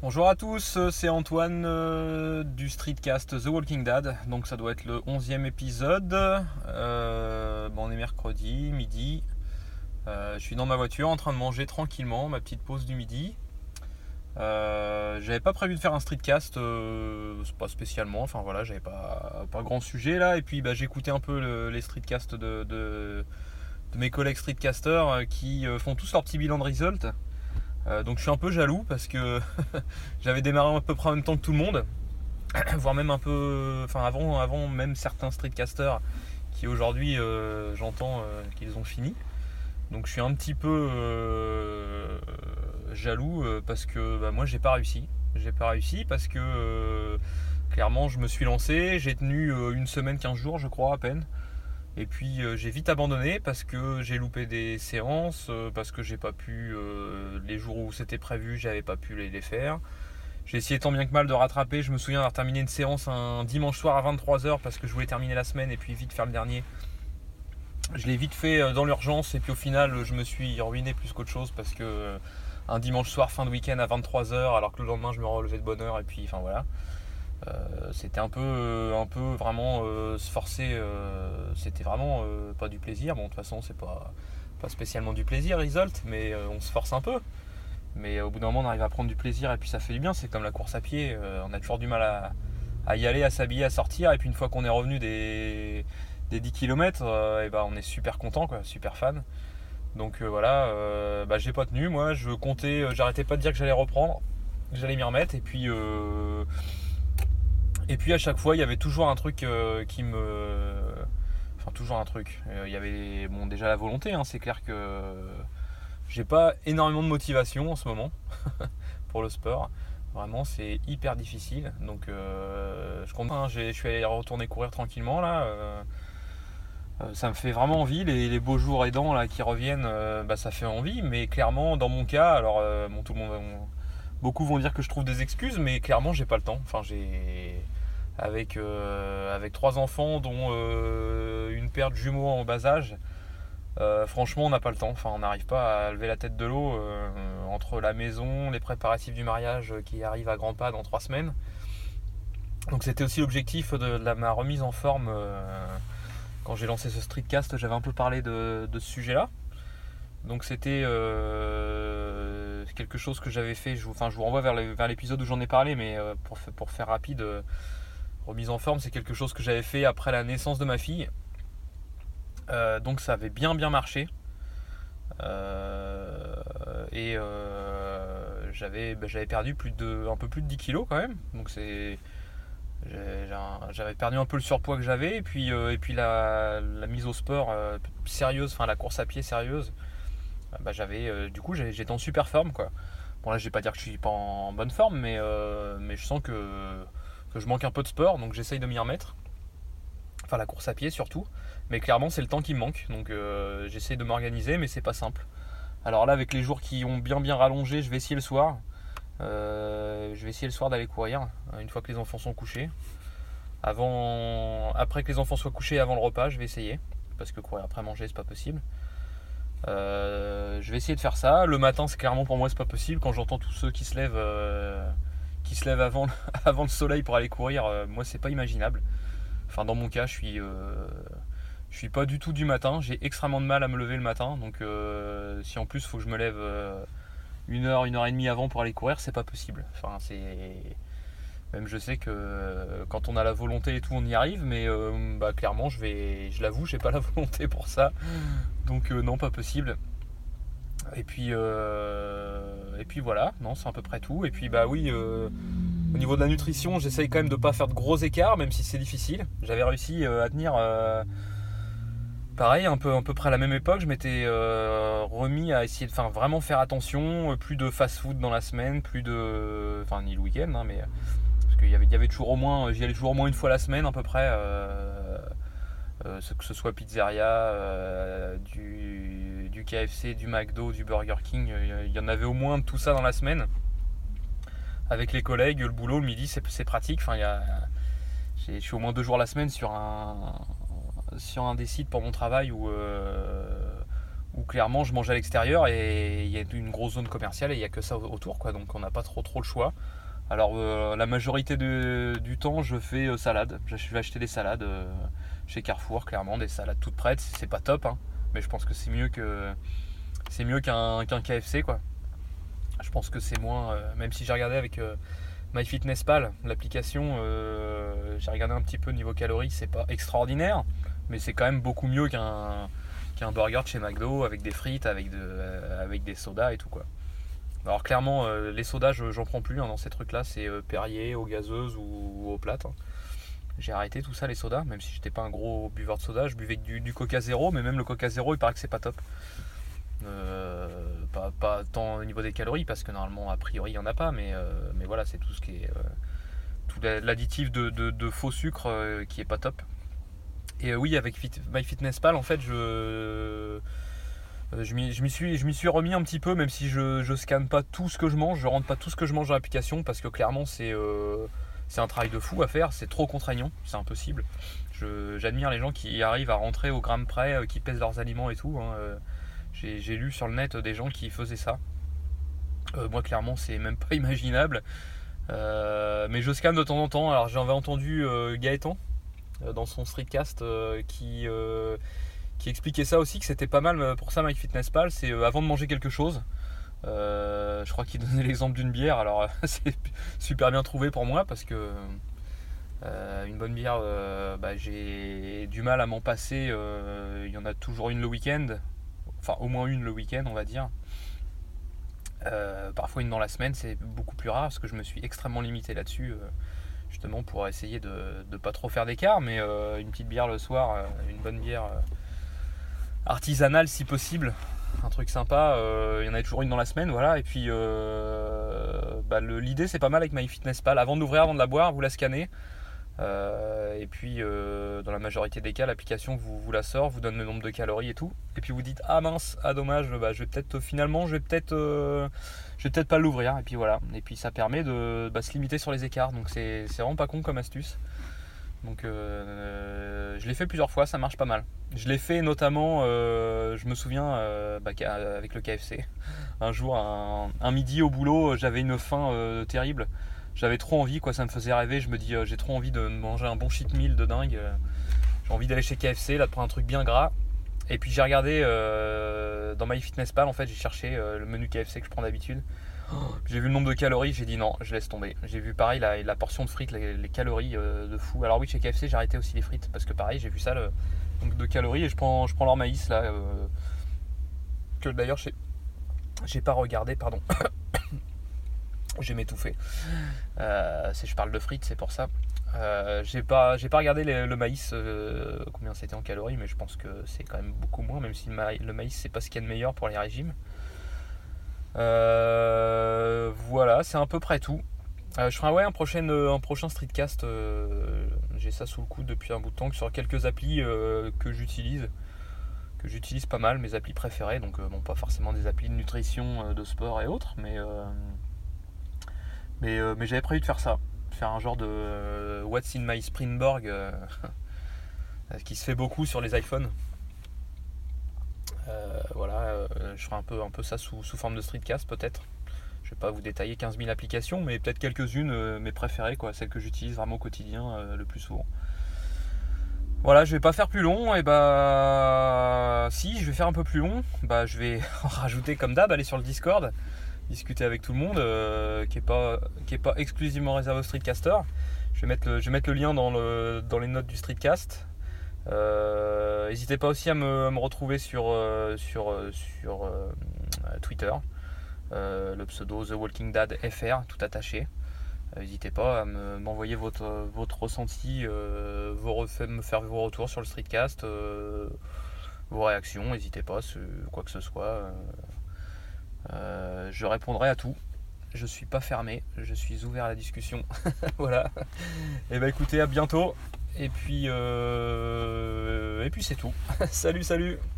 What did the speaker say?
Bonjour à tous, c'est Antoine du streetcast The Walking Dead. Donc ça doit être le 11e épisode. On est mercredi, midi. Je suis dans ma voiture en train de manger tranquillement ma petite pause du midi. J'avais pas prévu de faire un streetcast, pas spécialement. Enfin voilà, j'avais pas grand sujet là. Et puis j'écoutais un peu les streetcasts de mes collègues streetcasters qui font tous leur petit bilan de result. Donc je suis un peu jaloux parce que j'avais démarré à peu près en même temps que tout le monde, voire même un peu, enfin avant même certains streetcasters qui aujourd'hui j'entends qu'ils ont fini. Donc je suis un petit peu jaloux parce que moi j'ai pas réussi. J'ai pas réussi parce que clairement je me suis lancé, j'ai tenu une semaine, 15 jours je crois à peine. Et puis j'ai vite abandonné parce que j'ai loupé des séances, parce que j'ai pas pu, les jours où c'était prévu, j'avais pas pu les faire. J'ai essayé tant bien que mal de rattraper. Je me souviens d'avoir terminé une séance un dimanche soir à 23h parce que je voulais terminer la semaine et puis vite faire le dernier. Je l'ai vite fait dans l'urgence et puis au final je me suis ruiné plus qu'autre chose parce que un dimanche soir fin de week-end à 23h alors que le lendemain je me relevais de bonne heure et puis enfin voilà. C'était un peu vraiment se forcer. C'était vraiment pas du plaisir. Bon, de toute façon, c'est pas spécialement du plaisir, Result, mais on se force un peu. Mais au bout d'un moment, on arrive à prendre du plaisir et puis ça fait du bien. C'est comme la course à pied. On a toujours du mal à y aller, à s'habiller, à sortir. Et puis une fois qu'on est revenu des 10 km, on est super content, quoi, super fan. Donc voilà, j'ai pas tenu. Moi, je comptais, j'arrêtais pas de dire que j'allais reprendre, que j'allais m'y remettre. Et puis à chaque fois, il y avait toujours un truc qui me. Enfin, toujours un truc. Il y avait déjà la volonté, hein, c'est clair que j'ai pas énormément de motivation en ce moment pour le sport. Vraiment, c'est hyper difficile. Donc je compte, hein, je suis allé retourner courir tranquillement là. Ça me fait vraiment envie. Les beaux jours aidants là, qui reviennent, ça fait envie. Mais clairement, dans mon cas, alors tout le monde. Beaucoup vont dire que je trouve des excuses, mais clairement, j'ai pas le temps. Enfin, avec trois enfants, dont une paire de jumeaux en bas âge. Franchement, on n'a pas le temps. Enfin, on n'arrive pas à lever la tête de l'eau entre la maison, les préparatifs du mariage qui arrivent à grands pas dans 3 semaines. Donc, c'était aussi l'objectif de ma remise en forme. Quand j'ai lancé ce streetcast, j'avais un peu parlé de ce sujet-là. Donc, c'était quelque chose que j'avais fait. Je vous renvoie vers l'épisode où j'en ai parlé, mais pour faire rapide. Remise en forme, c'est quelque chose que j'avais fait après la naissance de ma fille. Donc ça avait bien marché. J'avais perdu un peu plus de 10 kilos quand même. Donc j'avais perdu un peu le surpoids que j'avais. Et puis la mise au sport sérieuse, enfin la course à pied sérieuse, du coup j'étais en super forme quoi. Bon là je vais pas dire que je suis pas en bonne forme, mais je sens que je manque un peu de sport, donc j'essaye de m'y remettre. Enfin la course à pied surtout. Mais clairement c'est le temps qui me manque, donc j'essaye de m'organiser, mais c'est pas simple. Alors là avec les jours qui ont bien rallongé, je vais essayer le soir. D'aller courir une fois que les enfants sont couchés. Après que les enfants soient couchés, avant le repas, je vais essayer. Parce que courir après manger, c'est pas possible. Je vais essayer de faire ça. Le matin, c'est clairement pour moi, c'est pas possible. Quand j'entends tous ceux qui se lèvent avant le soleil pour aller courir, moi, c'est pas imaginable. Enfin, dans mon cas, je suis pas du tout du matin. J'ai extrêmement de mal à me lever le matin. Donc, si en plus, il faut que je me lève 1 heure et demie avant pour aller courir, c'est pas possible. Enfin, même je sais que quand on a la volonté et tout, on y arrive, mais clairement, je l'avoue, j'ai pas la volonté pour ça. Donc non, pas possible. Et puis voilà, non, c'est à peu près tout. Et puis oui, au niveau de la nutrition, j'essaye quand même de pas faire de gros écarts, même si c'est difficile. J'avais réussi à tenir, pareil, à peu près à la même époque. Je m'étais remis à essayer de vraiment faire attention, plus de fast-food dans la semaine, enfin ni le week-end, hein, mais parce qu'il y avait toujours au moins, j'y allais toujours au moins une fois la semaine à peu près. Que ce soit pizzeria, du KFC, du McDo, du Burger King, il y en avait au moins de tout ça dans la semaine. Avec les collègues, le boulot, le midi, c'est pratique. Enfin, je suis au moins 2 jours la semaine sur un des sites pour mon travail où où clairement je mange à l'extérieur et il y a une grosse zone commerciale et il n'y a que ça autour, quoi. Donc on n'a pas trop le choix. Alors la majorité du temps je fais salade. Je vais acheter des salades chez Carrefour, clairement, des salades toutes prêtes. C'est pas top, hein, mais je pense que c'est mieux qu'un KFC, quoi. Je pense que c'est moins, même si j'ai regardé avec MyFitnessPal, l'application, j'ai regardé un petit peu niveau calories, c'est pas extraordinaire, mais c'est quand même beaucoup mieux qu'un burger de chez McDo avec des frites, avec des sodas et tout, quoi. Alors clairement, les sodas, j'en prends plus, hein, dans ces trucs-là, c'est Perrier, eau gazeuse ou eau plate, hein. J'ai arrêté tout ça, les sodas, même si j'étais pas un gros buveur de soda, je buvais que du Coca Zéro, mais même le Coca Zéro, il paraît que c'est pas top. Pas tant au niveau des calories, parce que normalement, a priori, il n'y en a pas, mais voilà, c'est tout ce qui est tout l'additif de faux sucre qui est pas top. Et oui, avec MyFitnessPal, en fait, je m'y suis remis un petit peu, même si je scanne pas tout ce que je mange, je rentre pas tout ce que je mange dans l'application, parce que clairement c'est un travail de fou à faire, c'est trop contraignant, c'est impossible. J'admire les gens qui arrivent à rentrer au gramme près, qui pèsent leurs aliments et tout, hein. J'ai lu sur le net des gens qui faisaient ça. Moi clairement c'est même pas imaginable. Mais je scanne de temps en temps. Alors j'avais entendu Gaëtan dans son streetcast qui expliquait ça aussi, que c'était pas mal pour ça MyFitnessPal, c'est avant de manger quelque chose. Je crois qu'il donnait l'exemple d'une bière, alors c'est super bien trouvé pour moi parce que une bonne bière, j'ai du mal à m'en passer. Il y en a toujours une le week-end, enfin au moins une le week-end, on va dire. Parfois une dans la semaine, c'est beaucoup plus rare parce que je me suis extrêmement limité là-dessus, justement pour essayer de ne pas trop faire d'écart. Mais une petite bière le soir, une bonne bière artisanale si possible, un truc sympa, il y en a toujours une dans la semaine, voilà. Et puis l'idée c'est pas mal avec MyFitnessPal, avant d'ouvrir, avant de la boire, vous la scannez. Et puis dans la majorité des cas l'application vous la sort, vous donne le nombre de calories et tout, et puis vous dites ah mince, ah dommage, je vais peut-être pas l'ouvrir, et puis voilà, et puis ça permet de se limiter sur les écarts, donc c'est vraiment pas con comme astuce. Donc je l'ai fait plusieurs fois, ça marche pas mal. Je l'ai fait notamment, je me souviens avec le KFC, un jour un midi au boulot, j'avais une faim terrible. J'avais trop envie, quoi, ça me faisait rêver. Je me dis, j'ai trop envie de manger un bon cheat meal de dingue. J'ai envie d'aller chez KFC, là, de prendre un truc bien gras. Et puis j'ai regardé dans MyFitnessPal, en fait, j'ai cherché le menu KFC que je prends d'habitude. J'ai vu le nombre de calories, j'ai dit non, je laisse tomber. J'ai vu pareil la portion de frites, les calories de fou. Alors oui, chez KFC, j'ai arrêté aussi les frites parce que pareil, j'ai vu ça, le nombre de calories, et je prends leur maïs là. Que d'ailleurs, j'ai pas regardé, pardon. Je vais m'étouffer. Si je parle de frites, c'est pour ça. J'ai pas regardé le maïs, combien c'était en calories, mais je pense que c'est quand même beaucoup moins, même si le maïs c'est pas ce qu'il y a de meilleur pour les régimes. Voilà, c'est à peu près tout. Je ferai un prochain streetcast. J'ai ça sous le coude depuis un bout de temps, sur quelques applis que j'utilise pas mal, mes applis préférées. Donc bon, pas forcément des applis de nutrition, de sport et autres, mais j'avais prévu de faire ça, faire un genre de What's in my Springboard qui se fait beaucoup sur les iPhones. Voilà, je ferai un peu ça sous forme de streetcast peut-être. Je vais pas vous détailler 15 000 applications, mais peut-être quelques-unes, mes préférées, quoi, celles que j'utilise vraiment au quotidien le plus souvent. Voilà, je vais pas faire plus long, et si je vais faire un peu plus long, je vais en rajouter comme d'hab, aller sur le Discord, discuter avec tout le monde, qui est pas exclusivement réservé aux streetcasters. Je vais mettre le lien dans les notes du streetcast. N'hésitez pas aussi à me retrouver sur Twitter, le pseudo The Walking Dad FR, tout attaché. N'hésitez pas à m'envoyer votre ressenti, me faire vos retours sur le streetcast, vos réactions. N'hésitez pas, quoi que ce soit. Je répondrai à tout. Je suis pas fermé, je suis ouvert à la discussion. Voilà. Et écoutez, à bientôt. Et puis c'est tout. Salut.